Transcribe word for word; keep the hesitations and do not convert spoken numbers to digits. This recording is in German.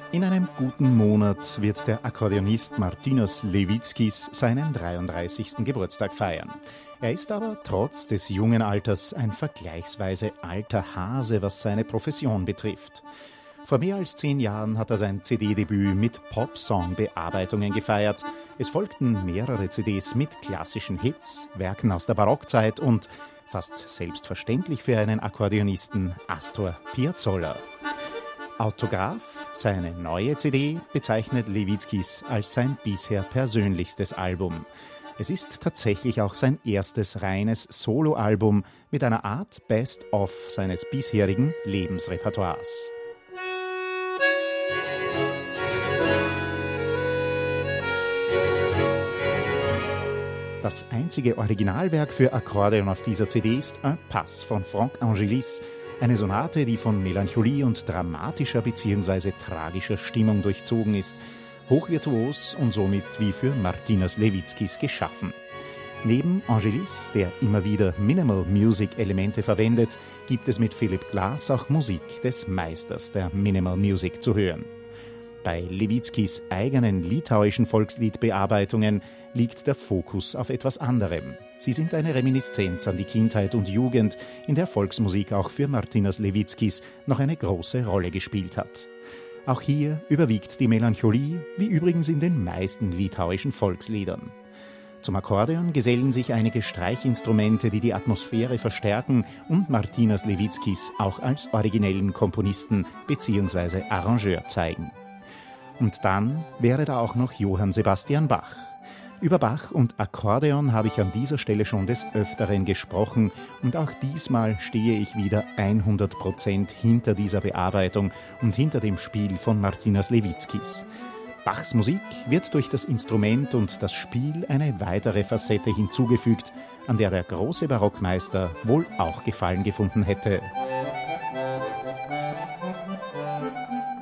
In einem guten Monat wird der Akkordeonist Martynas Levickis seinen dreiunddreißigsten Geburtstag feiern. Er ist aber trotz des jungen Alters ein vergleichsweise alter Hase, was seine Profession betrifft. Vor mehr als zehn Jahren hat er sein C D-Debüt mit Pop-Song-Bearbeitungen gefeiert. Es folgten mehrere C Ds mit klassischen Hits, Werken aus der Barockzeit und, fast selbstverständlich für einen Akkordeonisten, Astor Piazzolla. Autograph, seine neue C D, bezeichnet Levickis als sein bisher persönlichstes Album. Es ist tatsächlich auch sein erstes reines Soloalbum mit einer Art Best-of seines bisherigen Lebensrepertoires. Das einzige Originalwerk für Akkordeon auf dieser C D ist Un Pas von Franck Angelis, eine Sonate, die von Melancholie und dramatischer bzw. tragischer Stimmung durchzogen ist, hochvirtuos und somit wie für Martynas Levickis geschaffen. Neben Angelis, der immer wieder Minimal Music Elemente verwendet, gibt es mit Philip Glass auch Musik des Meisters der Minimal Music zu hören. Bei Levickis eigenen litauischen Volksliedbearbeitungen liegt der Fokus auf etwas anderem. Sie sind eine Reminiszenz an die Kindheit und Jugend, in der Volksmusik auch für Martynas Levickis noch eine große Rolle gespielt hat. Auch hier überwiegt die Melancholie, wie übrigens in den meisten litauischen Volksliedern. Zum Akkordeon gesellen sich einige Streichinstrumente, die die Atmosphäre verstärken und Martynas Levickis auch als originellen Komponisten bzw. Arrangeur zeigen. Und dann wäre da auch noch Johann Sebastian Bach. Über Bach und Akkordeon habe ich an dieser Stelle schon des Öfteren gesprochen und auch diesmal stehe ich wieder hundert Prozent hinter dieser Bearbeitung und hinter dem Spiel von Martynas Levickis. Bachs Musik wird durch das Instrument und das Spiel eine weitere Facette hinzugefügt, an der der große Barockmeister wohl auch Gefallen gefunden hätte.